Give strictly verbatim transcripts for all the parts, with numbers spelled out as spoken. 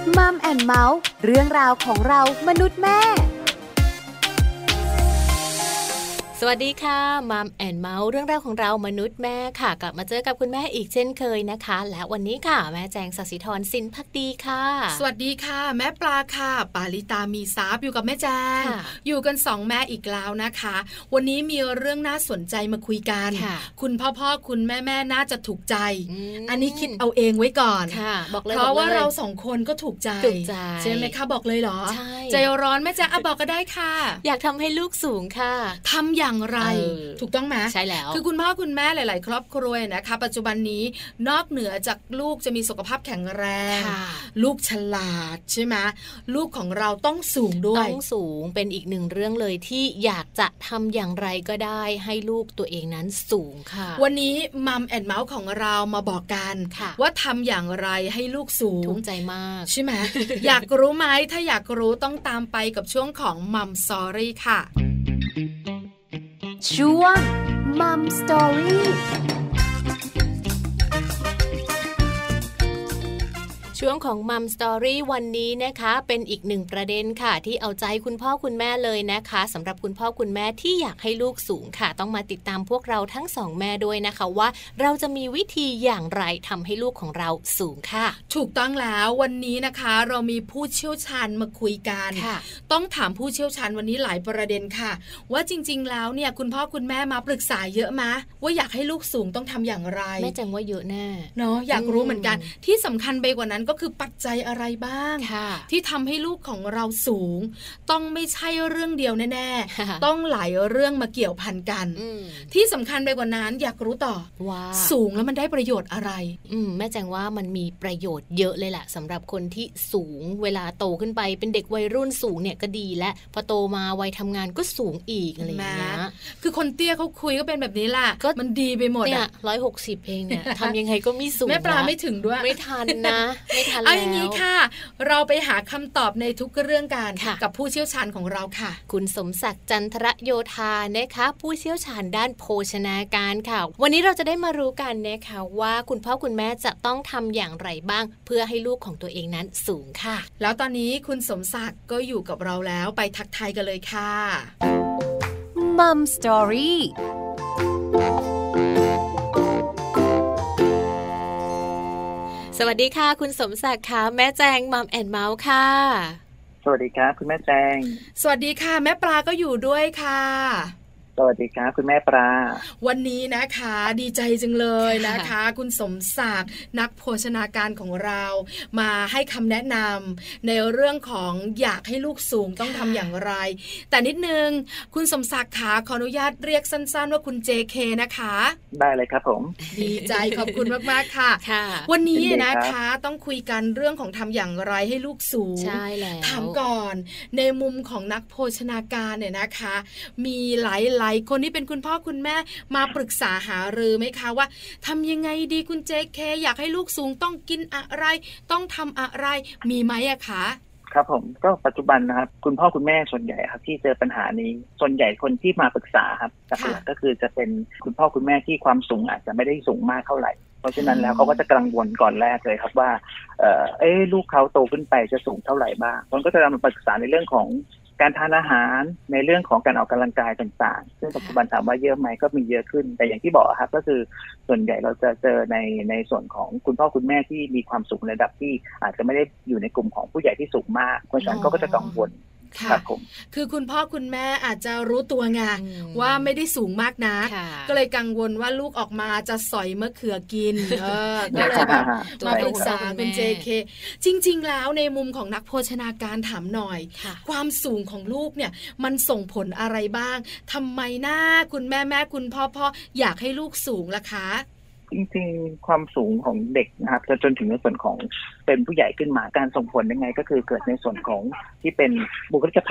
มัมแอนด์เมาส์เรื่องราวของเรามนุษย์แม่สวัสดีค่ะมัมแอนเมาส์เรื่องราวของเรามนุษย์แม่ค่ะกลับมาเจอกับคุณแม่อีกเช่นเคยนะคะและวันนี้ค่ะแม่แจงศศิธรสินภักดีค่ะสวัสดีค่ะแม่ปลาค่ะปาลิตามีซับอยู่กับแม่แจงอยู่กันสองแม่อีกแล้วนะคะวันนี้มีเรื่องน่าสนใจมาคุยกันคุณพ่อพ่อคุณแม่แม่น่าจะถูกใจ อ, อันนี้คิดเอาเองไว้ก่อนบอกเลยเพราะว่าเราสองคนก็ถูกใจใช่ไหมคะบอกเลยเหรอใจร้อนแม่แจงอ่ะบอกก็ได้ค่ะอยากทำให้ลูกสูงค่ะทำอย่างไรถูกต้องไหมใช่แล้วคือคุณพ่อคุณแม่หลายๆครอบครัวนะคะปัจจุบันนี้นอกเหนือจากลูกจะมีสุขภาพแข็งแรงลูกฉลาดใช่ไหมลูกของเราต้องสูงด้วยต้องสูงเป็นอีกหนึ่งเรื่องเลยที่อยากจะทำอย่างไรก็ได้ให้ลูกตัวเองนั้นสูงค่ะวันนี้มัมแอนด์เมาส์ของเรามาบอกกันว่าทำอย่างไรให้ลูกสูงถูกใจมากใช่ไหม อยากรู้ไหมถ้าอยากรู้ต้องตามไปกับช่วงของมัมสตอรี่ค่ะช่วงมัมสตอรี่ช่วงของมัมสตอรี่วันนี้นะคะเป็นอีกหนึ่งประเด็นค่ะที่เอาใจคุณพ่อคุณแม่เลยนะคะสำหรับคุณพ่อคุณแม่ที่อยากให้ลูกสูงค่ะต้องมาติดตามพวกเราทั้งสองแม่ด้วยนะคะว่าเราจะมีวิธีอย่างไรทำให้ลูกของเราสูงค่ะถูกต้องแล้ววันนี้นะคะเรามีผู้เชี่ยวชาญมาคุยกันต้องถามผู้เชี่ยวชาญวันนี้หลายประเด็นค่ะว่าจริงๆแล้วเนี่ยคุณพ่อคุณแม่มาปรึกษาเยอะมะว่าอยากให้ลูกสูงต้องทำอย่างไรแม่จังว่าเยอะแน่เนาะอยากรู้เหมือนกันที่สำคัญไปกว่านั้นก็คือปัจจัยอะไรบ้างที่ทำให้ลูกของเราสูงต้องไม่ใช่เรื่องเดียวแน่ๆ ต้องหลายเรื่องมาเกี่ยวพันกันที่สำคัญไปกว่านั้นอยากรู้ต่อว่าสูงแล้วมันได้ประโยชน์อะไรอืมแม่แจงว่ามันมีประโยชน์เยอะเลยแหละสำหรับคนที่สูงเวลาโตขึ้นไปเป็นเด็กวัยรุ่นสูงเนี่ยก็ดีและพอโตมาวัยทำงานก็สูงอีกอะไรอย่างเงี้ยคือคนเตี้ยเขาคุยก็เป็นแบบนี้แหละก็มันดีไปหมดเนี่ยร้อยหกสิบเองเนี่ยทำยังไงก็ไม่สูงแม่ปลาไม่ถึงด้วยไม่ทันนะไม่ทันแล้วอย่างนี้ค่ะเราไปหาคำตอบในทุกเรื่องกันกับผู้เชี่ยวชาญของเราค่ะคุณสมศักดิ์จันทรโยธานะคะผู้เชี่ยวชาญด้านโภชนาการค่ะวันนี้เราจะได้มารู้กันนะคะว่าคุณพ่อคุณแม่จะต้องทำอย่างไรบ้างเพื่อให้ลูกของตัวเองนั้นสูงค่ะแล้วตอนนี้คุณสมศักดิ์ก็อยู่กับเราแล้วไปทักทายกันเลยค่ะมัมสตอรี่สวัสดีค่ะคุณสมศักดิ์ค่ะแม่แจงมัมแอนด์เมาส์ค่ะสวัสดีครับคุณแม่แจงสวัสดีค่ะแม่ปลาก็อยู่ด้วยค่ะสวัสดีครับคุณแม่ปลาวันนี้นะคะดีใจจังเลยนะคะคุณสมศักดิ์นักโภชนาการของเรามาให้คำแนะนำในเรื่องของอยากให้ลูกสูงต้องทำอย่างไรแต่นิดนึงคุณสมศักดิ์ขาขออนุญาตเรียกสั้นๆว่าคุณ เจ เค นะคะได้เลยครับผมดีใจขอบคุณมากๆค่ะวันนี้นะคะต้องคุยกันเรื่องของทำอย่างไรให้ลูกสูงใช่แล้วถามก่อนในมุมของนักโภชนาการเนี่ยนะคะมีหลายหลายคนที่เป็นคุณพ่อคุณแม่มาปรึกษาหารือไหมคะว่าทำยังไงดีคุณ เจ เค อยากให้ลูกสูงต้องกินอะไรต้องทำอะไรมีไหมอะคะครับผมก็ปัจจุบันนะครับคุณพ่อคุณแม่ส่วนใหญ่ครับที่เจอปัญหานี้ส่วนใหญ่คนที่มาปรึกษาครับหลักก็คือจะเป็นคุณพ่อคุณแม่ที่ความสูงอาจจะไม่ได้สูงมากเท่าไหร่เพราะฉะนั้นแล้วเขาก็จะกังวลก่อนแรกเลยครับว่าเออเอ๊ะลูกเขาโตขึ้นไปจะสูงเท่าไหร่บ้างคนก็จะมาปรึกษาในเรื่องของการทานอาหารในเรื่องของการออกกำลังกายต่างๆซึ่งปัจจุบันถามว่าเยอะไหมก็มีเยอะขึ้นแต่อย่างที่บอกครับก็คือส่วนใหญ่เราจะเจอในในส่วนของคุณพ่อคุณแม่ที่มีความสูงระดับที่อาจจะไม่ได้อยู่ในกลุ่มของผู้ใหญ่ที่สูงมากเพราะฉะนั้นก็จะกังวลค่ะคือคุณพ่อคุณแม่อาจจะรู้ตัวไงว่าไม่ได้สูงมากนักก็เลยกังวลว่าลูกออกมาจะสอยมะเขือกินเออก็เลยแบบมาปรึกษาเป็น เจ เค จริงๆแล้วในมุมของนักโภชนาการถามหน่อยความสูงของลูกเนี่ยมันส่งผลอะไรบ้างทำไมหน้าคุณแม่แม่คุณพ่อพ่ออยากให้ลูกสูงล่ะคะจริงๆความสูงของเด็กนะครับจะจนถึงในส่วนของเป็นผู้ใหญ่ขึ้นมาการส่งผลยังไงก็คือเกิดในส่วนของที่เป็นบุคลิกภาพ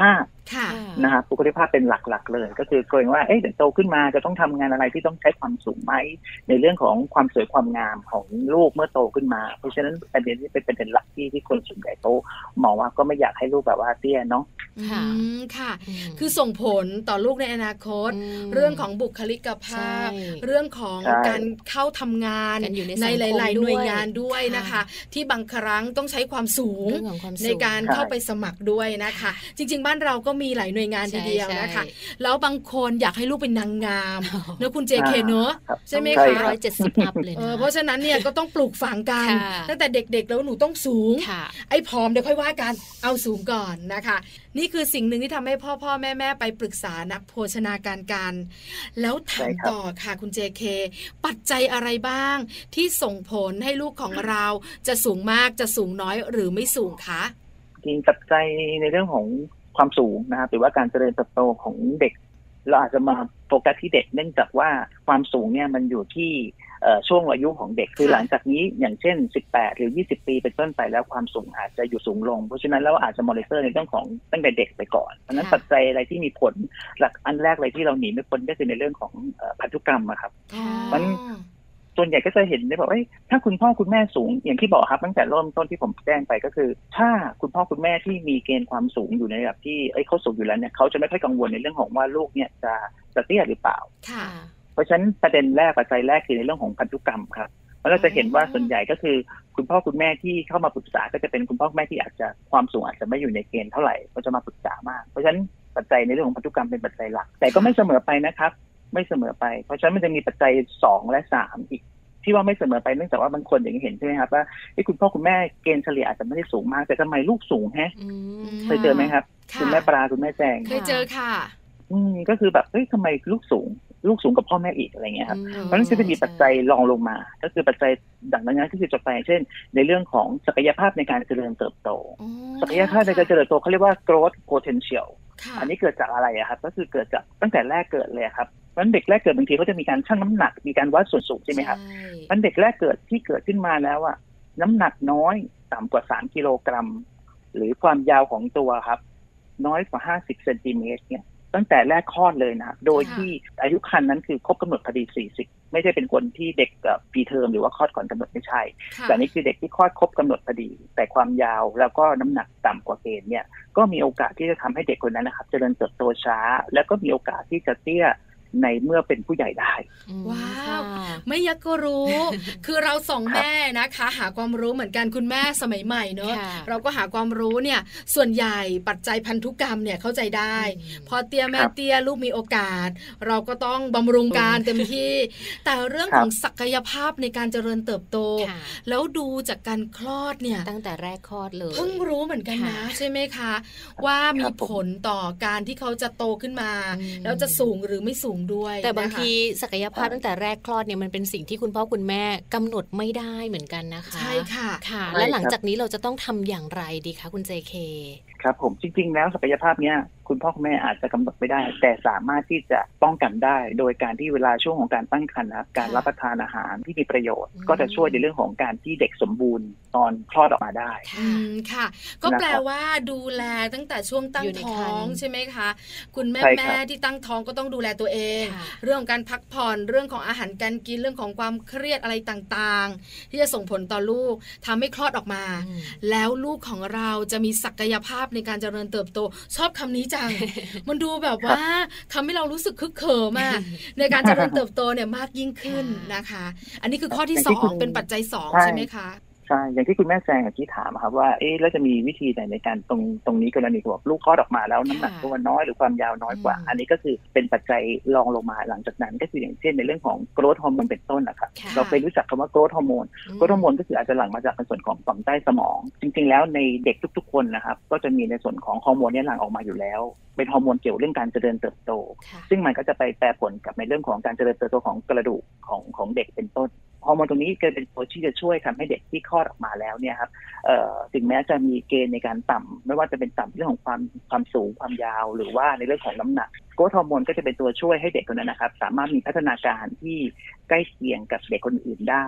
นะครับบุคลิกภาพเป็นหลักๆเลยก็คือเกรงว่าเอ๊ะเดี๋ยวโตขึ้นมาจะต้องทำงานอะไรที่ต้องใช้ความสูงไหมในเรื่องของความสวยความงามของลูกเมื่อโตขึ้นมาเพราะฉะนั้นประเด็นนี้เป็นประเด็นหลักที่ที่คนส่วนใหญ่เขามองว่าก็ไม่อยากให้ลูกแบบว่าเตี้ยเนาะค่ะค่ะคือส่งผลต่อลูกในอนาคตเรื่องของบุคลิกภาพเรื่องของการเข้าทำงานในหลายๆหน่วยงานด้วยนะคะที่บางครั้งต้องใช้ความสูงในการเข้าไปสมัครด้วยนะคะจริงๆบ้านเราก็มีหลายหน่วยงานทีเดียวนะคะแล้วบางคนอยากให้ลูกเป็นนางงามเนอะคุณเจเคเนอะใช่ไหมคะร้อยเจ็ดสิบอัพเลยนะเพราะฉะนั้นเนี่ยก็ต้องปลูกฝังกันตั้งแต่เด็กๆแล้วหนูต้องสูงไอ้ผอมเดี๋ยวค่อยว่ากันเอาสูงก่อนนะคะนี่คือสิ่งหนึ่งที่ทำให้พ่อพ่อแม่แม่ไปปรึกษานักโภชนาการกันแล้วถามต่อค่ะคุณเจเคปัจจัยอะไรบ้างที่ส่งผลให้ลูกของเราจะสูงมากจะสูงน้อยหรือไม่สูงคะจริงปัจจัยในเรื่องของความสูงนะครับหรือว่าการเจริญเติบโตของเด็กเราอาจจะมาโฟกัสที่เด็กเนื่องจากว่าความสูงเนี่ยมันอยู่ที่ช่วงอายุของเด็กคือหลังจากนี้อย่างเช่นสิบแปดหรือยี่สิบปีเป็นต้นไปแล้วความสูงอาจจะอยู่สูงลงเพราะฉะนั้นเราอาจจะมอนิเตอร์ในเรื่องของตั้งแต่เด็กไปก่อนเพราะนั้นปัจจัยอะไรที่มีผลหลักอันแรกเลยที่เราหนีไม่พ้นก็คือในเรื่องของพันธุกรรมอะครับมันส่วนใหญ่ก็จะเห็นได้บอกว่าถ้าคุณพ่อคุณแม่สูงอย่างที่บอกครับตั้งแต่เริ่มต้นที่ผมแจ้งไปก็คือถ้าคุณพ่อคุณแม่ที่มีเกณฑ์ความสูงอยู่ในระดับที่เอ้ยเขาสูงอยู่แล้วเนี่ยเขาจะไม่ค่อยกังวลในเรื่องของว่าลูกเนี่ยจะจะเตี้ยหรือเปล่าเพราะฉะนั้นประเด็นแรกปัจจัยแรกคือในเรื่องของพันธุกรรมครับแล้วเราจะเห็นว่าส่วนใหญ่ก็คือคุณพ่อคุณแม่ที่เข้ามาปรึกษาก็จะเป็นคุณพ่อคุณแม่ที่อาจจะความสูงอาจจะไม่อยู่ในเกณฑ์เท่าไหร่ก็จะมาปรึกษามากเพราะฉะนั้นปัจจัยในเรื่องของพันธุกรรมเป็นปัจจัยหลักแต่ก็ไม่เสมอไปนะครับไม่เสมอไปเพราะฉะนั้นมันจะมีปัจจัยสองและสามอีกที่ว่าไม่เสมอไปเนื่องจากว่าบางคนอย่างที่เห็นใช่ไหมครับว่าที่คุณพ่อคุณแม่เกณฑ์เฉลี่ยอาจจะไม่ได้สูงมากแต่ทำไมลูกสูงแฮะเคยเจอไหมครับคุณแม่ปลาคุณแม่แจงเคยเจอค่ะอืมก็คือแบบเฮ้ยทำไมลูกสูงลูกสูงกับพ่อแม่อีกอะไรเงี้ยครับเพราะฉะนั้นจะมีปัจจัยรองลงมาก็คือปัจจัยดังนั้นก็คือจะไปเช่นในเรื่องของศักยภาพในการเจริญเติบโตศักยภาพในการเจริญเติบโตเขาเรียกว่า growth potential อันนี้เกิดจากอะไรอะครับก็คือเกิดจากตั้งแต่แรกเกิดเลยครับเพราะเด็กแรกเกิดบางทีเขาจะมีการชั่งน้ำหนักมีการวัดส่วนสูงใช่ไหมครับเพราะเด็กแรกเกิดที่เกิดขึ้นมาแล้วอะน้ำหนักน้อยต่ำกว่าสามกิโลกรัมหรือความยาวของตัวครับน้อยกว่าห้าสิบเซนติเมตรเนี่ยตั้งแต่แรกคลอดเลยนะโดยที่อายุครรภ์นั้นคือครบกำหนดพอดีสี่สิบไม่ใช่เป็นคนที่เด็กกับปีเทอมหรือว่าคลอดก่อนกำหนดไม่ใช่แต่นี่คือเด็กที่คลอดครบกำหนดพอดีแต่ความยาวแล้วก็น้ำหนักต่ำกว่าเกณฑ์เนี่ยก็มีโอกาสที่จะทำให้เด็กคนนั้นนะครับเจริญเติบโตช้าแล้วก็มีโอกาสที่จะเตี้ยในเมื่อเป็นผู้ใหญ่ได้ว้าวไม่อยากก็รู้คือเราสองแม่นะคะหาความรู้เหมือนกันคุณแม่สมัยใหม่เนอะเราก็หาความรู้เนี่ยส่วนใหญ่ปัจจัยพันธุกรรมเนี่ยเข้าใจได้พอเตี้ยแม่เตี้ยลูกมีโอกาสเราก็ต้องบำรุงการเต็มที่แต่เรื่องของศักยภาพในการเจริญเติบโตแล้วดูจากการคลอดเนี่ยตั้งแต่แรกคลอดเลยเพิ่งรู้เหมือนกันนะใช่ไหมคะว่ามีผลต่อการที่เขาจะโตขึ้นมาแล้วจะสูงหรือไม่สูงแต่บางทีศักยภาพตั้งแต่แรกคลอดเนี่ยมันเป็นสิ่งที่คุณพ่อคุณแม่กำหนดไม่ได้เหมือนกันนะคะใช่ค่ะค่ะและหลังจากนี้เราจะต้องทำอย่างไรดีคะคุณเจเคครับผมจริงๆแล้วศักยภาพเนี้ยคุณพ่อคุณแม่อาจจะกำหนดไม่ได้แต่สามารถที่จะป้องกันได้โดยการที่เวลาช่วงของการตั้งครรภ์นะการรับประทานอาหารที่มีประโยชน์ก็จะช่วยในเรื่องของการที่เด็กสมบูรณ์ตอนคลอดออกมาได้อืมค่ะก็แปลว่าดูแลตั้งแต่ช่วงตั้งท้องใช่ไหมคะคุณแม่แม่ที่ตั้งท้องก็ต้องดูแลตัวเองเรื่องของการพักผ่อนเรื่องของอาหารการกินเรื่องของความเครียดอะไรต่างๆที่จะส่งผลต่อลูกทำให้คลอดออกมาแล้วลูกของเราจะมีศักยภาพในการเจริญเติบโตชอบคำนี้จัง มันดูแบบว่าทำให้เรารู้สึกคึกเขิมมากในการเจริญเติบโตเนี่ยมากยิ่งขึ้นนะคะอันนี้คือข้อที่สองเป็นปัจจัยสองใช่ไหมคะใช่อย่างที่คุณแม่แจงที่ถามครับว่าเอ๊ะแล้วจะมีวิธีไหนในการตรงตรงนี้กรณีแบบลูกคลอดออกมาแล้วน้ำหนักตัวน้อยหรือความยาวน้อยกว่าอันนี้ก็คือเป็นปัจจัยรองลงมาหลังจากนั้นก็คืออย่างเช่นในเรื่องของโกรทฮอร์โมนเป็นต้นนะครับเราเคยรู้จักคำว่าโกรทฮอร์โมนโกรทฮอร์โมนก็คืออาจจะหลั่งมาจากในส่วนของต่อมใต้สมองจริงๆแล้วในเด็กทุกๆคนนะครับก็จะมีในส่วนของฮอร์โมนนี้หลั่งออกมาอยู่แล้วเป็นฮอร์โมนเกี่ยวเรื่องการเจริญเติบโตซึ่งมันก็จะไปแปรผลกับในเรื่องของการเจริญเติบโตของกระดูกของของเด็กเป็นต้นฮอร์โมนตรงนี้เกิดเป็นตัวที่จะช่วยทำให้เด็กที่คลอดออกมาแล้วเนี่ยครับถึงแม้จะมีเกณฑ์ในการต่ำไม่ว่าจะเป็นต่ำเรื่องของความความสูงความยาวหรือว่าในเรื่องของน้ำหนักโกรทฮอร์โมนก็จะเป็นตัวช่วยให้เด็กคนนั้นนะครับสามารถมีพัฒนาการที่ใกล้เคียงกับเด็กคนอื่นได้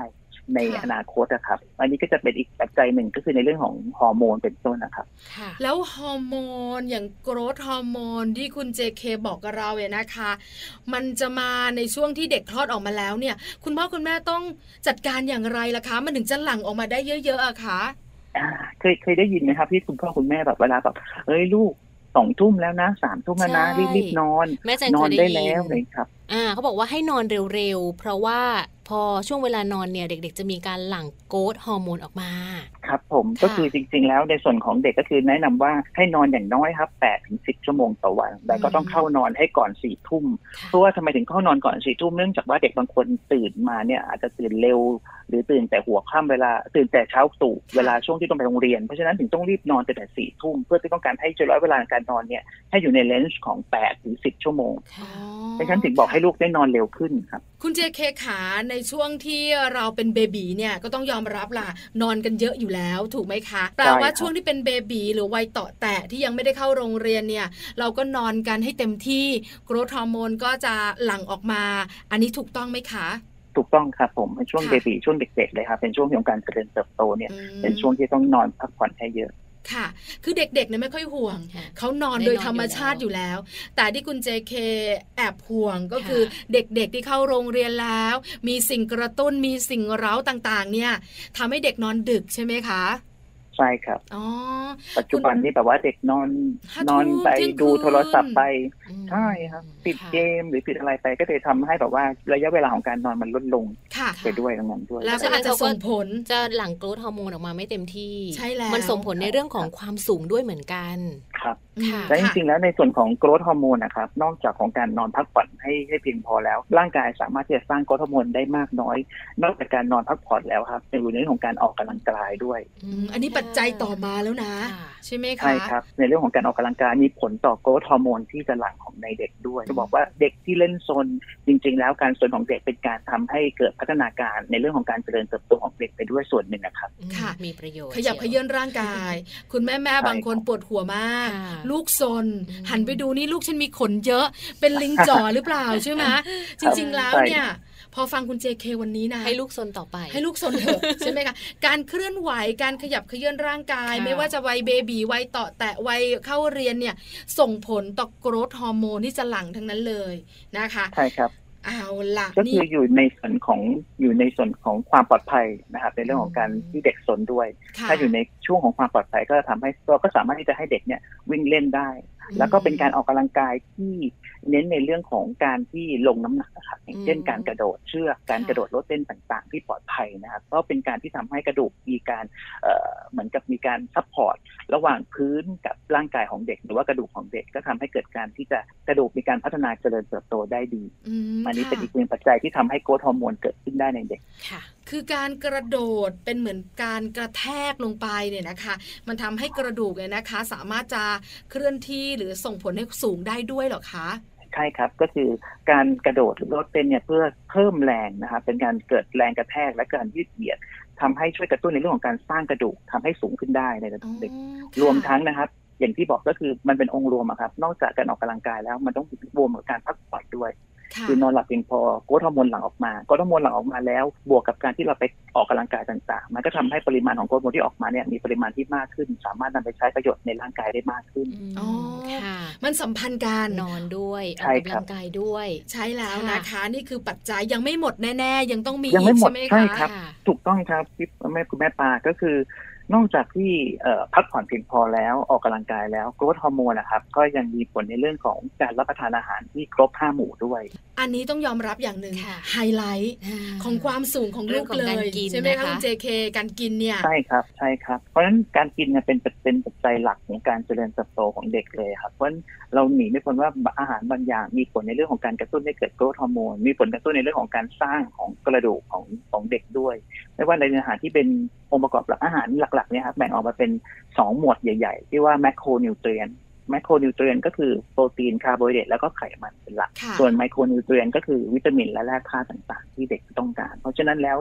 ในอนาคตนะครับอันนี้ก็จะเป็นอีกปัจจัยหนึ่งก็คือในเรื่องของฮอร์โมนเป็นต้นนะครับแล้วฮอร์โมนอย่างโกรทฮอร์โมนที่คุณ เจ เค บอกกับเราเนี่ยนะคะมันจะมาในช่วงที่เด็กคลอดออกมาแล้วเนี่ยคุณพ่อคุณแม่ต้องจัดการอย่างไรล่ะคะมันถึงจะหลั่งออกมาได้เยอะๆอะคะเคยเคยได้ยินไหมครับที่คุณพ่อคุณแม่แบบเวลาแบบเอ้ยลูกสองทุ่มแล้วนะสามทุ่มแล้วนะรีบๆนอนนอนได้แล้วเลยครับอ่าเขาบอกว่าให้นอนเร็วๆเพราะว่าพอช่วงเวลานอนเนี่ยเด็กๆจะมีการหลั่งโกรทฮอร์โมนออกมาครับผมก็คือจริงๆแล้วในส่วนของเด็กก็คือแนะนำว่าให้นอนอย่างน้อยครับแปดถึงสิบชั่วโมงต่อวันแต่ก็ต้องเข้านอนให้ก่อนสี่ทุ่มเพราะว่าทำไมถึงเข้านอนก่อนสี่ทุ่มเนื่องจากว่าเด็กบางคนตื่นมาเนี่ยอาจจะตื่นเร็วหรือตื่นแต่หัวค่ำเวลาตื่นแต่เช้าตรู่เวลาช่วงที่ต้องไปโรงเรียนเพราะฉะนั้นถึงต้องรีบนอนแต่สี่ทุ่มเพื่อที่ต้องการให้เฉลี่ยเวลาการนอนเนี่ยให้อยู่ในเลนส์ของแปดถึงสิบชั่วโมงเพราะฉะนั้นถึงบอกให้ลูกได้นอนเร็วขึ้นครับคุณ เจ เค ขาในช่วงที่เราเป็นเบบีเนี่ยก็ต้องยอมรับล่ะนอนกันเยอะอยู่แล้วถูกไหมคะแปลว่าช่วงที่เป็นเบบีหรือวัยเตาะแตะที่ยังไม่ได้เข้าโรงเรียนเนี่ยเราก็นอนกันให้เต็มที่โกรทฮอร์โมนก็จะหลั่งออกมาอันนี้ถูกต้องไหมคะถูกต้องครับผมเป็นช่วงเบบีช่วงเด็กๆเลยครับเป็นช่วงของการเจริญเติบโตเนี่ยเป็นช่วงที่ต้องนอนพักผ่อนให้เยอะค่ะคือเด็กๆเนี่ยไม่ค่อยห่วงเขานอนโดยธรรมชาติอยู่แล้วแต่ที่คุณ เจ เค แอบห่วงก็คือเด็กๆที่เข้าโรงเรียนแล้วมีสิ่งกระตุ้นมีสิ่งเร้าต่างๆเนี่ยทำให้เด็กนอนดึกใช่ไหมคะใช่ครับปัจจุบันนี้แบบว่าเด็กนอนนอนไปดูโทรศัพท์ไปใช่ครับติดเกมหรือติดอะไรไปก็จะทำให้แบบว่าระยะเวลาของการนอนมันลดลงไปด้วยตรงนั้นด้วยแล้วก็อาจจะส่งผลจะหลั่งโกรทฮอร์โมนออกมาไม่เต็มที่ใช่แล้วมันส่งผลในเรื่องของความสูงด้วยเหมือนกันครับและจริงๆแล้วในส่วนของโกรทฮอร์โมนนะครับนอกจากของการนอนพักผ่อนให้ให้เพียงพอแล้วร่างกายสามารถที่จะสร้างโกรทฮอร์โมนได้มากน้อยนอกจากการนอนพักผ่อนแล้วครับในเรื่องของการออกกำลังกายด้วยอันนี้ปัจจัยต่อมาแล้วนะใช่ไหมคะใช่ครับในเรื่องของการออกกำลังกายมีผลต่อโกรทฮอร์โมนที่จะหลั่งของในเด็กด้วยจะบอกว่าเด็กที่เล่นซนจริงๆแล้วการซนของเด็กเป็นการทำให้เกิดพัฒนาการในเรื่องของการเจริญเติบโตของเด็กไปด้วยส่วนหนึ่งนะครับค่ะมีประโยชน์ขยับเขยื้อนร่างกายคุณแม่แม่บางคนปวดหัวมากลูกซนหันไปดูนี่ลูกฉันมีขนเยอะเป็นลิงจ่อหรือเปล่าใช่ไหมจริงๆแล้วเนี่ยพอฟังคุณ เจ เค วันนี้นะให้ลูกซนต่อไปให้ลูกซนเถอะใช่ไหมคะการเคลื่อนไหวการขยับเขยื้อนร่างกายไม่ว่าจะวัยเบบีวัยเตาะแตะวัยเข้าเรียนเนี่ยส่งผลต่อโกรทฮอร์โมนที่จะหลั่งทั้งนั้นเลยนะคะใช่ครับเอาล่ะก็คืออยู่ในส่วนของอยู่ในส่วนของความปลอดภัยนะครับในเรื่องของการที่เด็กซนด้วยถ้าอยู่ในช่วงของความปลอดภัยก็ทำให้เราก็สามารถที่จะให้เด็กเนี่ยวิ่งเล่นได้แล้วก็เป็นการออกกำลังกายที่เน้นในเรื่องของการที่ลงน้ำหนักนะครับอย่างเช่นการกระโดดเชือกการกระโดดโลดเต้นต่างๆที่ปลอดภัยนะครับก็เป็นการที่ทำให้กระดูกมีการเอ่อเหมือนกับมีการซัพพอร์ตระหว่างพื้นกับร่างกายของเด็กหรือว่ากระดูกของเด็กก็ทำให้เกิดการที่จะกระดูกมีการพัฒนาเจริญเติบโตได้ดีอันนี้เป็นอีกหนึ่งปัจจัยที่ทำให้โกรทฮอร์โมนเกิดขึ้นได้ในเด็กค่ะคือการกระโดดเป็นเหมือนการกระแทกลงไปเนี่ยนะคะมันทำให้กระดูกเนี่ยนะคะสามารถจะเคลื่อนที่หรือส่งผลให้สูงได้ด้วยเหรอคะใช่ครับก็คือการกระโดดหรือโลดเต้นเนี่ยเพื่อเพิ่มแรงนะครับเป็นการเกิดแรงกระแทกและการยืดเหยียดทำให้ช่วยกระตุ้นในเรื่องของการสร้างกระดูกทำให้สูงขึ้นได้ในเด็กรวมทั้งนะครับอย่างที่บอกก็คือมันเป็นองค์รวมครับนอกจากการออกกำลังกายแล้วมันต้องรวมกับการพักผ่อนด้วยคือนอนหลับเพียงพอโกรทฮอร์โมนหลั่งออกมาโกรทฮอร์โมนหลั่งออกมาแล้วบวกกับการที่เราไปออกกำลังกายต่างๆมันก็ทำให้ปริมาณของโกรทฮอร์โมนที่ออกมาเนี่ยมีปริมาณที่มากขึ้นสามารถนำไปใช้ประโยชน์ในร่างกายได้มากขึ้นอ๋อค่ะมันสัมพันธ์กันนอนด้วยออกกำลังกายด้วยใช่แล้วนะคะนี่คือปัจจัยยังไม่หมดแน่ๆยังต้องมีอีกใช่ไหมคะใช่ครับถูกต้องครับพี่แม่คุณแม่ปาก็คือนอกจากที่พักผ่อนเพียงพอแล้วออกกำลังกายแล้วโกรทฮอร์โมนนะครับก็ยังมีผลในเรื่องของการรับประทานอาหารที่ครบห้าหมู่ด้วยอันนี้ต้องยอมรับอย่างหนึ่งไฮไลท์ของความสูงของลูกเลยใช่ไหมคะคุณ เจ เค การกินเนี่ยใช่ครับใช่ครับเพราะฉะนั้นการกินเนี่ยเป็นเป็นปัจจัยหลักของการเจริญเติบโตของเด็กเลยครับเพราะเราหนีไม่พ้นว่าอาหารบางอย่างมีผลในเรื่องของการกระตุ้นให้เกิดโกรทฮอร์โมนมีผลกระตุ้นในเรื่องของการสร้างของกระดูกของของเด็กด้วยไม่ว่าในอาหารที่เป็นองค์ประกอบหลักอาหารหลักๆเนี่ยครับแบ่งออกมาเป็นสองหมวดใหญ่ๆที่ว่าแมคโครนิวเทรียนแมคโครนิวเทรียนก็คือโปรตีนคาร์โบไฮเดรตแล้วก็ไขมันเป็นหลักส่วนไมโครนิวเทรียนก็คือวิตามินและแร่ธาตุต่างๆที่เด็กต้องการเพราะฉะนั้นแล้ว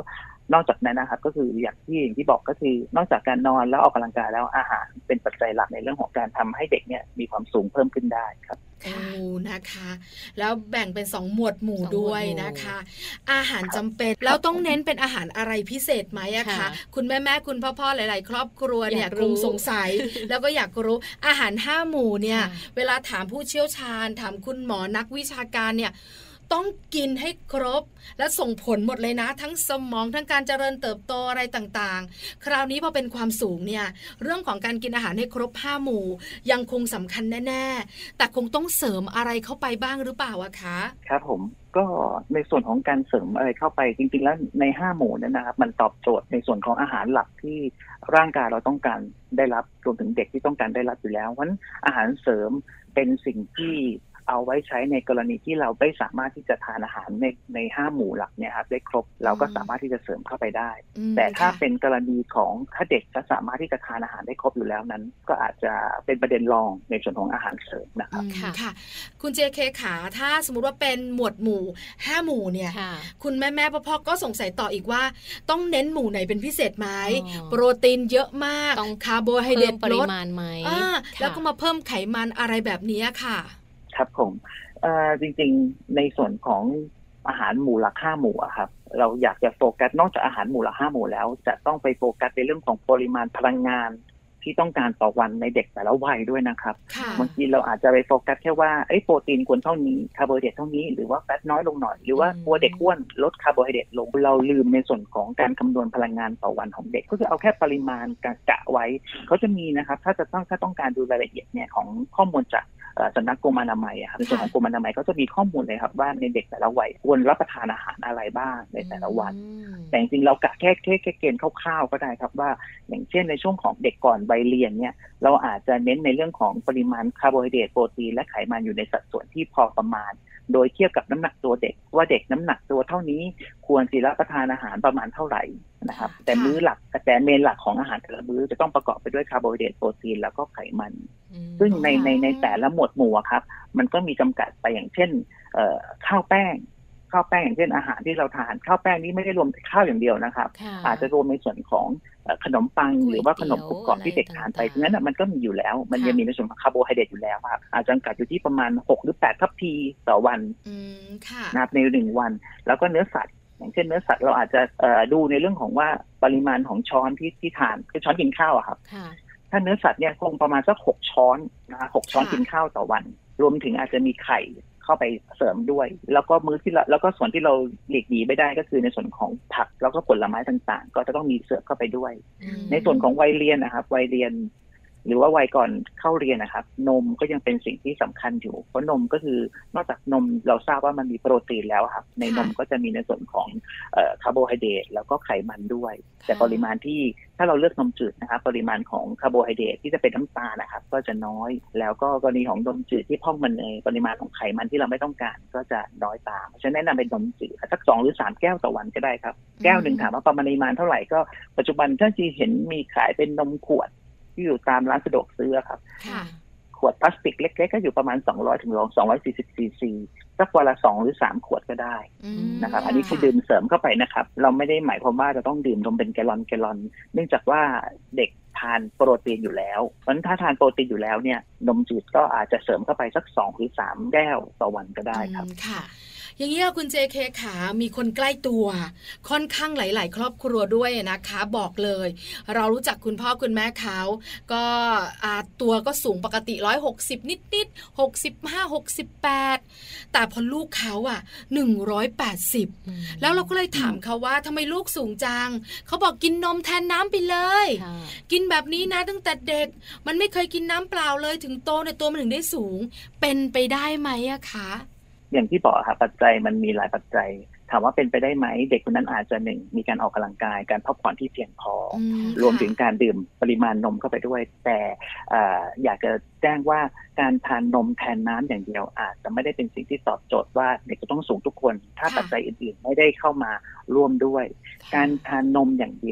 นอกจากนั้นนะครับก็คืออย่างที่อย่างที่บอกก็คือนอกจากการนอนแล้วออกกำลังกายแล้วอาหารเป็นปัจจัยหลักในเรื่องของการทำให้เด็กเนี่ยมีความสูงเพิ่มขึ้นได้ครับโอ้นะคะแล้วแบ่งเป็นสองหมวดหมู่ด้วยนะคะอาหารจำเป็นแล้วต้องเน้นเป็นอาหารอะไรพิเศษไหมอะคะคุณแม่แม่คุณพ่อพ่อหลายๆครอบครัวเนี่ยคงสงสัยแล้วก็อยากรู้อาหารห้าหมู่เนี่ยเวลาถามผู้เชี่ยวชาญถามคุณหมอนักวิชาการเนี่ยต้องกินให้ครบและส่งผลหมดเลยนะทั้งสมองทั้งการเจริญเติบโตอะไรต่างๆคราวนี้พอเป็นความสูงเนี่ยเรื่องของการกินอาหารให้ครบห้าหมู่ยังคงสำคัญแน่ๆแต่คงต้องเสริมอะไรเข้าไปบ้างหรือเปล่าอะคะครับผมก็ในส่วนของการเสริมอะไรเข้าไปจริงๆแล้วในห้าหมู่นั้นนะครับมันตอบโจทย์ในส่วนของอาหารหลักที่ร่างกายเราต้องการได้รับรวมถึงเด็กที่ต้องการได้รับอยู่แล้วเพราะฉะนั้นอาหารเสริมเป็นสิ่งที่เอาไว้ใช้ในกรณีที่เราไม่สามารถที่จะทานอาหารในในห้าหมู่หลักเนี่ยครับได้ครบเราก็สามารถที่จะเสริมเข้าไปได้แต่ถ้าเป็นกรณีของถ้าเด็กจะสามารถที่จะทานอาหารได้ครบอยู่แล้วนั้นก็อาจจะเป็นประเด็นรองในส่วนของอาหารเสริมนะครับค่ะคุณเจเคขาถ้าสมมุติว่าเป็นหมวดหมู่ห้าหมู่เนี่ยคุณแม่แม่พ่อพ่อก็สงสัยต่ออีกว่าต้องเน้นหมู่ไหนเป็นพิเศษไหมโปรตีนเยอะมากคาร์โบไฮเดรตปริมาณไหมแล้วก็มาเพิ่มไขมันอะไรแบบนี้ค่ะครับผมจริงๆในส่วนของอาหารหมู่หลักห้าหมู่ครับเราอยากจะโฟกัสนอกจากอาหารหมู่หลักห้าหมู่แล้วจะต้องไปโฟกัสในเรื่องของปริมาณพลังงานที่ต้องการต่อวันในเด็กแต่ละวัยด้วยนะครับบางทีเราอาจจะไปโฟกัสแค่ว่าไอ้โปรตีนควรเท่านี้คาร์โบไฮเดรตเท่านี้หรือว่าแฟตน้อยลงหน่อยหรือว่ากลัวเด็กอ้วนลดคาร์โบไฮเดรตลงเราลืมในส่วนของการคำนวณพลังงานต่อวันของเด็กก็คือเอาแค่ปริมาณกะไว้เขาจะมีนะครับถ้าจะต้องถ้าต้องการดูรายละเอียดเนี่ยของข้อมูลจากสำนักกรมอนามัยครับในส่วนของกรมอนามัยก็จะมีข้อมูลเลยครับว่าในเด็กแต่ละวัยควรรับประทานอาหารอะไรบ้างในแต่ละวันแต่จริงๆเรากะแค่แค่แค่เกณฑ์คร่าวๆก็ได้ครับว่าอย่างเช่นในช่วงของเด็กก่อนวัยเรียนเนี่ยเราอาจจะเน้นในเรื่องของปริมาณคาร์โบไฮเดรตโปรตีนและไขมันอยู่ในสัดส่วนที่พอประมาณโดยเทียบกับน้ำหนักตัวเด็กว่าเด็กน้ำหนักตัวเท่านี้ควรสิรับประทานอาหารประมาณเท่าไหร่นะครับแต่มื้อหลักแต่เมนหลักของอาหารแต่ละมื้อจะต้องประกอบไปด้วยคาร์โบไฮเดรตโปรตีนแล้วก็ไขมันซึ่งในในในแต่ละหมวดหมู่ครับมันก็มีจำกัดไปอย่างเช่นข้าวแป้งข้าวแป้งอย่างเช่นอาหารที่เราทานข้าวแป้งนี้ไม่ได้รวมแต่ข้าวอย่างเดียวนะครับอาจจะรวมในส่วนของขนมปังหรือว่าขนมกรุบกรอบที่เด็กทานไปฉะนั้นมันก็มีอยู่แล้วมันยังมีในส่วนของคาร์โบไฮเดรตอยู่แล้วครับอาจจะจำกัดอยู่ที่ประมาณหกหรือแปดทัพพีต่อวันนับในหนึ่งวันแล้วก็เนื้อสัตว์อย่างเช่นเนื้อสัตว์เราอาจจะดูในเรื่องของว่าปริมาณของช้อนที่ที่ทานคือช้อนกินข้าวอะครับถ้าเนื้อสัตว์เนี่ยคงประมาณสักหกช้อนนะหกช้อนกินข้าวต่อวันรวมถึงอาจจะมีไข่เข้าไปเสริมด้วยแล้วก็มื้อที่แล้วก็ส่วนที่เราหลีกหนีไม่ได้ก็คือในส่วนของผักแล้วก็ผลไม้ต่างๆก็จะต้องมีเสริมเข้าไปด้วยในส่วนของวัยเรียนนะครับวัยเรียนหรือว่าวัยก่อนเข้าเรียนนะครับนมก็ยังเป็นสิ่งที่สำคัญอยู่เพราะนมก็คือนอกจากนมเราทราบว่ามันมีโปรตีนแล้วครับในนมก็จะมีในส่วนของเอ่อคาร์โบไฮเดรตแล้วก็ไขมันด้วยแต่ปริมาณที่ถ้าเราเลือกนมจืดนะครับปริมาณของคาร์โบไฮเดรตที่จะเป็นน้ำตาลนะครับก็จะน้อยแล้วก็กรณีของนมจืดที่พร่องมันเนยปริมาณของไขมันที่เราไม่ต้องการก็จะน้อยตามฉะนั้นแนะนำเป็นนมจืดสักสองหรือสามแก้วต่อวันก็ได้ครับแก้วนึงถามว่าปริมาณเท่าไหร่ก็ปัจจุบันถ้าจีเห็นมีขายเป็นนมขวดที่อยู่ตามร้านสะดวกซื้อครับขวดพลาสติกเล็กๆก็อยู่ประมาณสองร้อยถึงสองร้อยสี่สิบซีซีสักวันละสองหรือสามขวดก็ได้นะครับอันนี้คือดื่มเสริมเข้าไปนะครับเราไม่ได้หมายความว่าจะต้องดื่มนมเป็นแกลลอนแกลลอนเนื่องจากว่าเด็กทานโปรตีนอยู่แล้วเพราะฉะนั้นถ้าทานโปรตีนอยู่แล้วเนี่ยนมจืดก็อาจจะเสริมเข้าไปสักสองหรือสามแก้วต่อวันก็ได้ครับค่ะอย่างนี้คุณเจเคขามีคนใกล้ตัวค่อนข้างหลายๆครอบครัวด้วยนะคะบอกเลยเรารู้จักคุณพ่อคุณแม่เขาก็ตัวก็สูงปกติหนึ่งร้อยหกสิบนิดๆหกสิบห้า หกสิบแปดแต่พอลูกเขาอ่ะหนึ่งร้อยแปดสิบแล้วเราก็เลยถามเขาว่าทำไมลูกสูงจังเขาบอกกินนมแทนน้ำไปเลยกินแบบนี้นะตั้งแต่เด็กมันไม่เคยกินน้ำเปล่าเลยถึงโตในตัวมันถึงได้สูงเป็นไปได้ไหมอะคะอย่างที่บอกครับปัจจัยมันมีหลายปัจจัยถามว่าเป็นไปได้ไหมเด็กคนนั้นอาจจะหนึ่งมีการออกกำลังกายการพักผ่อนที่เพียงพอรวมถึงการดื่มปริมาณนมเข้าไปด้วยแต่อยากจะแจ้งว่าการทานนมแทนน้ำอย่างเดียวอาจจะไม่ได้เป็นสิ่งที่ตอบโจทย์ว่าเด็กจะต้องสูงทุกคนถ้าปัจจัยอื่นๆไม่ได้เข้ามาร่วมด้วยการทานนมอย่างเดียว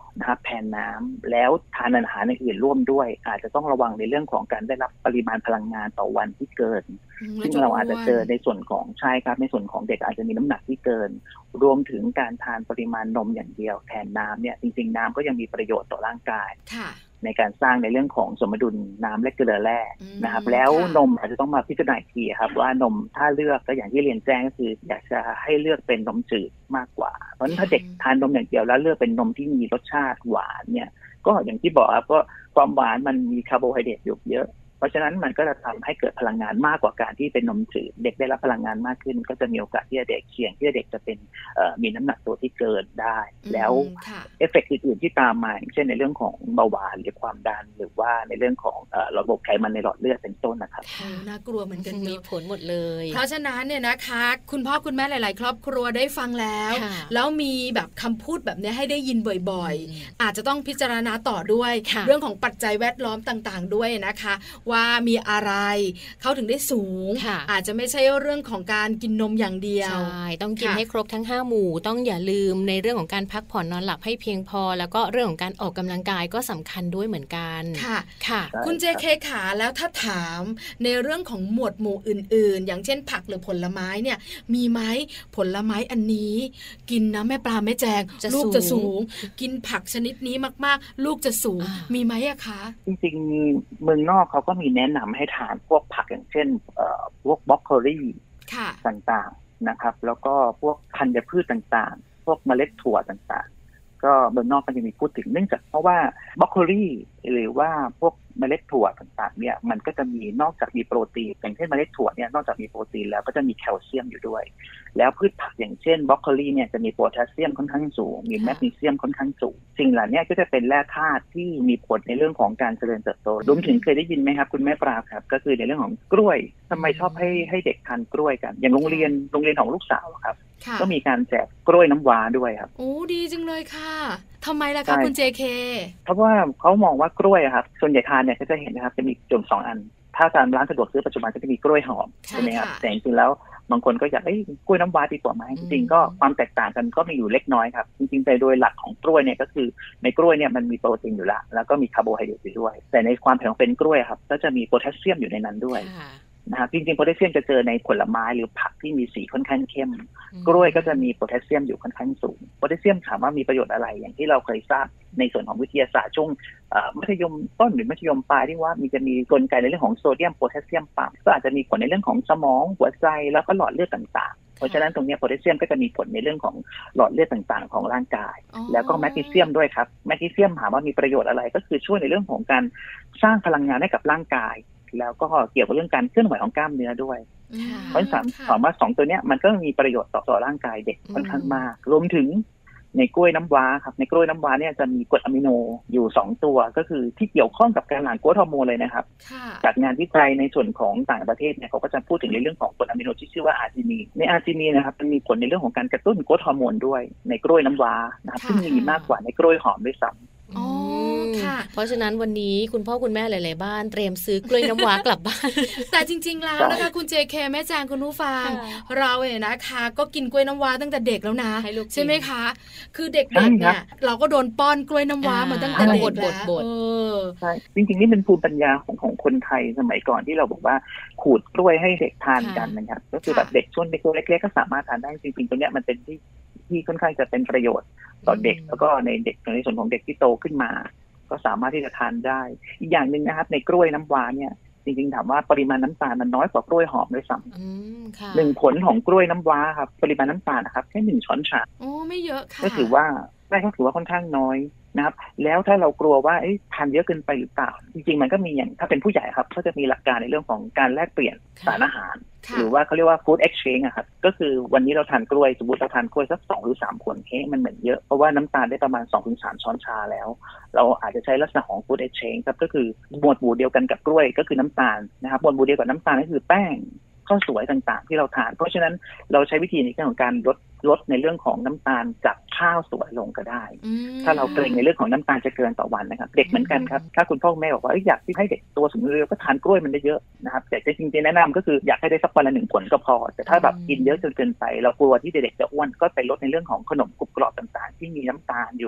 นะครับแทนน้ำแล้วทานอาหารอื่นร่วมด้วยอาจจะต้องระวังในเรื่องของการได้รับปริมาณพลังงานต่อวันที่เกินซึ่งเราอาจจะเจอในส่วนของใช่ครับในส่วนของเด็กอาจจะมีน้ำหนักที่เกินรวมถึงการทานปริมาณนมอย่างเดียวแทนน้ำเนี่ยจริงๆน้ำก็ยังมีประโยชน์ต่อร่างกายในการสร้างในเรื่องของสมดุลน้ำและเกลือแร่นะครับแล้วนมอาจจะต้องมาพิจารณาทีครับว่านมถ้าเลือกก็อย่างที่เรียนแจ้งก็คืออยากจะให้เลือกเป็นนมจืดมากกว่าเพราะฉะนั้นถ้าเด็กทานนมอย่างเดียวแล้วเลือกเป็นนมที่มีรสชาติหวานเนี่ยก็อย่างที่บอกครับก็ความหวานมันมีคาร์โบไฮเดรตอยู่เยอะเพราะฉะนั้นมันก็จะทำให้เกิดพลังงานมากกว่าการที่เป็นนมจืดเด็กได้รับพลังงานมากขึ้นก็จะมีโอกาสที่เด็กเสี่ยงที่เด็กจะเป็นมีน้ำหนักตัวที่เกินได้แล้วเอฟเฟกต์อื่นๆที่ตามมาเช่นในเรื่องของเบาหวานหรือความดันหรือว่าในเรื่องของระบบไขมันในหลอดเลือดเป็นต้นนะครับน่ากลัวเหมือนกันมีผลหมดเลยเพราะฉะนั้นเนี่ยนะคะคุณพ่อคุณแม่หลายๆครอบครัวได้ฟังแล้วแล้วมีแบบคำพูดแบบนี้ให้ได้ยินบ่อยๆอาจจะต้องพิจารณาต่อด้วยเรื่องของปัจจัยแวดล้อมต่างๆด้วยนะคะว่ามีอะไรเขาถึงได้สูงอาจจะไม่ใช่เรื่องของการกินนมอย่างเดียวใช่ต้องกินให้ครบทั้งห้าหมู่ต้องอย่าลืมในเรื่องของการพักผ่อนนอนหลับให้เพียงพอแล้วก็เรื่องของการออกกำลังกายก็สำคัญด้วยเหมือนกันค่ะค่ะคุณเจเคขาแล้วถ้าถามในเรื่องของหมวดหมู่อื่นๆอย่างเช่นผักหรือผลไม้เนี่ยมีไหมผลไม้อันนี้กินนะแม่ปลาแม่แจงลูกจะสูงกินผักชนิดนี้มากๆลูกจะสูงมีไหมอะคะจริงๆเมืองนอกเขาก็มีแนะนำให้ทานพวกผักอย่างเช่นพวกบรอกโคลีต่างๆนะครับแล้วก็พวกธัญพืชต่างๆพวกเมล็ดถั่วต่างๆก็เมืองนอกก็จะมีพูดถึงเนื่องจากเพราะว่าบรอกโคลีหรือว่าพวกเมล็ดถั่วต่างๆเนี่ยมันก็จะมีนอกจากมีโปรตีนอย่างเช่นเมล็ดถั่วเนี่ยนอกจากมีโปรตีนแล้วก็จะมีแคลเซียมอยู่ด้วยแล้วพืชผักอย่างเช่นบรอกโคลีเนี่ยจะมีโพแทสเซียมค่อนข้างสูงมีแมกนีเซียมค่อนข้างสูงสิ่งเหล่านี้ก็จะเป็นแร่ธาตุที่มีผลในเรื่องของการเจริญเติบโตรวมถึงเคยได้ยินไหมครับคุณแม่ปลาครับก็คือในเรื่องของกล้วยทำไมชอบให้ให้เด็กทานกล้วยกันอย่างโรงเรียนโรงเรียนของลูกสาวครับก็มีการแจกกล้วยน้ำว้าด้วยครับโอ้ดีจังเลยค่ะทำไมล่ะคะคุณเจเคเพราะว่าเขามองว่ากล้วยครับส่วนใหญ่ทานเนี่ยก็จะเห็นนะครับจะมีจุดสองอันถ้าตามร้านสะดวกซื้อปัจจุบันก็จะมีกล้วยหอมใช่ไหมครับแต่จริงๆแล้วบางคนก็อยากเอ้ยกล้วยน้ำว้าดีกว่าไหมจริงๆก็ความแตกต่างกันก็มีอยู่เล็กน้อยครับจริงๆแต่โดยหลักของกล้วยเนี่ยก็คือในกล้วยเนี่ยมันมีโปรตีนอยู่ละแล้วก็มีคาร์โบไฮเดรตอยู่ด้วยแต่ในความแข็งเป็นกล้วยครับก็จะมีโพแทสเซียมอยู่ในนั้นด้วยนะครับจริงๆโพแทสเซียมจะเจอในผลไม้หรือผักที่มีสีค่อนข้างเข้มกล้วยก็จะมีโพแทสเซียมอยู่ค่อนข้างสูงโพแทสเซียมถามว่ามีประโยชน์อะไรอย่างที่เราเคยทราบในส่วนของวิทยาศาสตร์ช่วงมัธยมต้นหรือมัธยมปลายที่ว่ามีจะมีกลไกในเรื่องของโซเดียมโพแทสเซียมปั๊มก็อาจจะมีผลในเรื่องของสมองหัวใจแล้วก็หลอดเลือดต่างๆเพราะฉะนั้นตรงนี้โพแทสเซียมก็จะมีผลในเรื่องของหลอดเลือดต่างๆของร่างกายแล้วก็แมกนีเซียมด้วยครับแมกนีเซียมถามว่ามีประโยชน์อะไรก็คือช่วยในเรื่องของการสร้างพลังงานให้กับร่างกายแล้วก็เกี่ยวกับเรื่องการเคลื่อนไหวของกล้ามเนื้อด้วยเพราะฉะนั้นถามว่าสองตัวเนี้ยมันก็มีประโยชน์ต่อต่อร่างกายเด็กค่อนข้างมากรวมถึงในกล้วยน้ำว้าครับในกล้วยน้ำว้าเนี่ยจะมีกรดอะมิโนอยู่สองตัวก็คือที่เกี่ยวข้องกับการหลั่งกรดฮอร์โมนเลยนะครับจากงานวิจัยในส่วนของต่างประเทศเนี่ยเขาก็จะพูดถึงในเรื่องของกรดอะมิโนที่ชื่อว่าอาร์จินีนในอาร์จินีนนะครับมันมีผลในเรื่องของการกระตุ้นกรดฮอร์โมนด้วยในกล้วยน้ำว้านะครับซึ่งมีมากกว่าในกล้วยหอมด้วยซ้ำอ๋อค่ะเพราะฉะนั้นวันนี้คุณพ่อคุณแม่หลายๆบ้านเตรียมซื้อกล้วยน้ำว้ากลับบ้านแต่จริงๆแล้วนะคะคุณเจเคแม่แจงคุณผู้ฟังเราเนี่ยนะคะก็กินกล้วยน้ำว้าตั้งแต่เด็กแล้วนะใช่ไหมคะคือเด็กๆเนี่ยเราก็โดนป้อนกล้วยน้ำว้ามาตั้งแต่เด็กแล้วใช่จริงๆนี่เป็นภูมิปัญญาของของคนไทยสมัยก่อนที่เราบอกว่าขูดกล้วยให้เด็กทานกันนะครับก็คือแบบเด็กช่วงเด็กเล็กๆก็สามารถทานได้จริงๆตรงนี้มันเป็นที่ที่ค่อนข้างจะเป็นประโยชน์ต่อเด็กแล้วก็ในเด็กในส่วนของเด็กที่โตขึ้นมาก็สามารถที่จะทานได้อีกอย่างนึงนะครับในกล้วยน้ำว้าเนี่ยจริงๆถามว่าปริมาณน้ำตาลมันน้อยกว่ากล้วยหอมด้วยซ้ำหนึ่งผลของกล้วยน้ำว้าครับปริมาณน้ำตาลนะครับแค่หนึ่งช้อนชาโอ้ไม่เยอะค่ะก็ถือว่าได้ก็ถือว่าค่อนข้างน้อยนะครับแล้วถ้าเรากลัวว่าทานเยอะเกินไปหรือเปล่าจริงๆมันก็มีอย่างถ้าเป็นผู้ใหญ่ครับก็จะมีหลักการในเรื่องของการแลกเปลี่ยนสารอาหารหรือว่าเขาเรียกว่า food exchange อะครับก็คือวันนี้เราทานกล้วยสมมติเราทานกล้วยสักสองหรือสามผลเฮ้มันเหมือนเยอะเพราะว่าน้ำตาลได้ประมาณ สองถึงสาม ช้อนชาแล้วเราอาจจะใช้ลักษณะของ food exchange ครับก็คือหมวดหมู่เดียวกันกับกล้วยก็คือน้ำตาลนะครับหมวดหมู่เดียวกับน้ำตาลก็คือแป้งข้าวสวยต่างๆที่เราทานเพราะฉะนั้นเราใช้วิธีในเรื่องของการลดลดในเรื่องของน้ำตาลจากข้าวสวยลงก็ได้ถ้าเราเกรงในเรื่องของน้ำตาลจะเกินต่อวันนะครับเด็กเหมือนกันครับถ้าคุณพ่อแม่บอกว่าอยากให้เด็กตัวสูงเร็วก็ทานกล้วยมันได้เยอะนะครับแต่จริงๆแนะนำก็คืออยากให้ได้สักวันละหนึ่งผลก็พอแต่ถ้าแบบกินเยอะจนเกินไปเรากลัวที่เด็กจะอ้วนก็ไปลดในเรื่องของขนมกรุบกรอบต่างๆที่มีน้ำตาลอยู่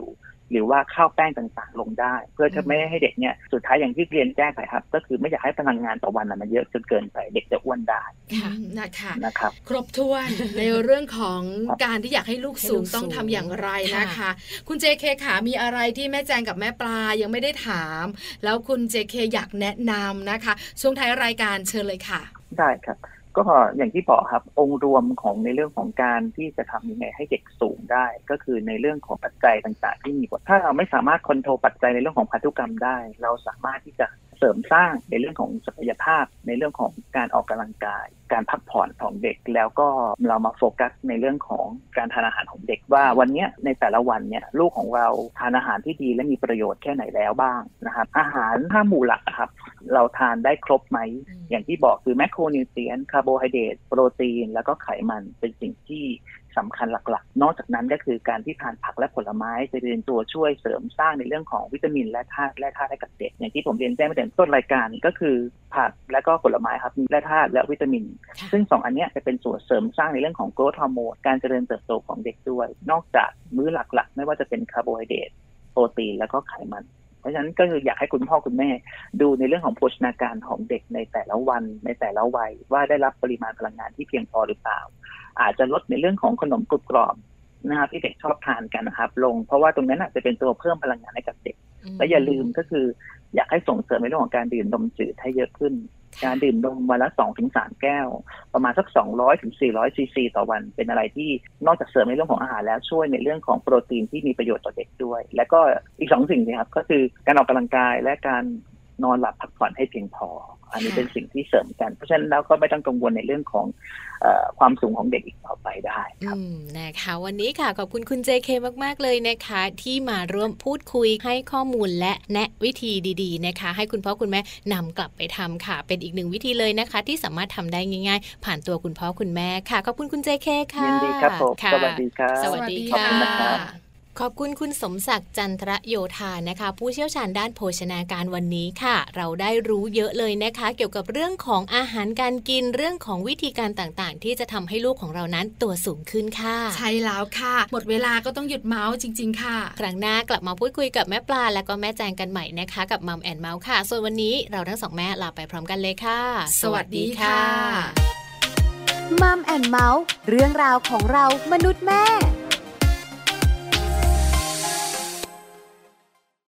หรือว่าข้าวแป้งต่างๆลงได้เพื่อจะไม่ให้เด็กเนี่ยสุดท้ายอย่างที่เรียนแจ้งไปครับก็คือไม่อยากให้พลังงานต่อวันมันเยอะจนเกินไปเด็กจะอ้วนได้นะคะนะครับครบถ้วนในเรื่องของการที่อยากให้ลูกสูงต้องทำอย่างไรนะคะคุณ เจ เค ขามีอะไรที่แม่แจงกับแม่ปลายังไม่ได้ถามแล้วคุณ เจ เค อยากแนะนำนะคะช่วงท้ายรายการเชิญเลยค่ะได้ครับก็อย่างที่บอกครับองค์รวมของในเรื่องของการที่จะทำยังไงให้เด็กสูงได้ก็คือในเรื่องของปัจจัยต่างๆที่มีกว่าถ้าเราไม่สามารถคอนโทรลปัจจัยในเรื่องของพันธุกรรมได้เราสามารถที่จะเสริมสร้างในเรื่องของศักยภาพในเรื่องของการออกกำลังกายการพักผ่อนของเด็กแล้วก็เรามาโฟกัสในเรื่องของการทานอาหารของเด็กว่าวันนี้ในแต่ละวันเนี่ยลูกของเราทานอาหารที่ดีและมีประโยชน์แค่ไหนแล้วบ้างนะครับอาหารห้าหมู่หลักครับเราทานได้ครบไหมอย่างที่บอกคือแมคโครนิวเทรียนต์คาร์โบไฮเดรตโปรตีนแล้วก็ไขมันเป็นสิ่งที่สำคัญหลักๆนอกจากนั้นก็คือการที่ทานผักและผลไม้จะเป็นตัวช่วยเสริมสร้างในเรื่องของวิตามินและธาตุและธาตุให้กับเด็กอย่างที่ผมเรียนแจ้งไปในต้นรายการก็คือผักและก็ผลไม้ครับมีแร่ธาตุและวิตามินซึ่งสองอันนี้จะเป็นส่วนเสริมสร้างในเรื่องของโกรทฮอร์โมนการเจริญเติบโตของเด็กด้วยนอกจากมื้อหลักๆไม่ว่าจะเป็นคาร์โบไฮเดรตโปรตีนแล้วก็ไขมันเพราะฉะนั้นก็คืออยากให้คุณพ่อคุณแม่ดูในเรื่องของโภชนาการของเด็กในแต่ละวันในแต่ละวัยว่าได้รับปริมาณพลังงานที่เพียงพอหรือเปล่าอาจจะลดในเรื่องของขนมกรุบกรอบนะครับที่เด็กชอบทานกันนะครับลงเพราะว่าตรงนั้นอาจจะเป็นตัวเพิ่มพลังงานให้กับเด็กและอย่าลืมก็คืออยากให้ส่งเสริมในเรื่องของการดื่มนมจืดให้เยอะขึ้นการดื่มนมวันละ สองถึงสาม แก้วประมาณสักสองร้อยถึงสี่ร้อยซีซีต่อวันเป็นอะไรที่นอกจากเสริมในเรื่องของอาหารแล้วช่วยในเรื่องของโปรตีนที่มีประโยชน์ต่อเด็กด้วยและก็อีกสองสิ่งนะครับก็คือการออกกำลังกายและการนอนหลับพักผ่อนให้เพียงพออันนี้เป็นสิ่งที่เสริมกันเพราะฉะนั้นแล้วก็ไม่ต้องกังวลในเรื่องของเอ่อความสูงของเด็กอีกต่อไปได้ครับนะคะวันนี้ค่ะขอบคุณคุณ เจ เค มากๆเลยนะคะที่มาร่วมพูดคุยให้ข้อมูลและแนะวิธีดีๆนะคะให้คุณพ่อคุณแม่นำกลับไปทำค่ะเป็นอีกหนึ่งวิธีเลยนะคะที่สามารถทำได้ง่ายๆผ่านตัวคุณพ่อคุณแม่ค่ะขอบคุณคุณ เจ เค ค่ะยินดีครับผมสวัสดีครับสวัสดีค่ะขอบคุณคุณสมศักดิ์จันทรโยธานะคะผู้เชี่ยวชาญด้านโภชนาการวันนี้ค่ะเราได้รู้เยอะเลยนะคะเกี่ยวกับเรื่องของอาหารการกินเรื่องของวิธีการต่างๆที่จะทำให้ลูกของเรานั้นตัวสูงขึ้นค่ะใช่แล้วค่ะหมดเวลาก็ต้องหยุดเมาส์จริงๆค่ะครั้งหน้ากลับมาพูดคุยกับแม่ปลาและก็แม่แจงกันใหม่นะคะกับมัมแอนด์เมาส์ค่ะส่วนวันนี้เราทั้งสองแม่ลาไปพร้อมกันเลยค่ะสวัสดีค่ะมัมแอนด์เมาส์เรื่องราวของเรามนุษย์แม่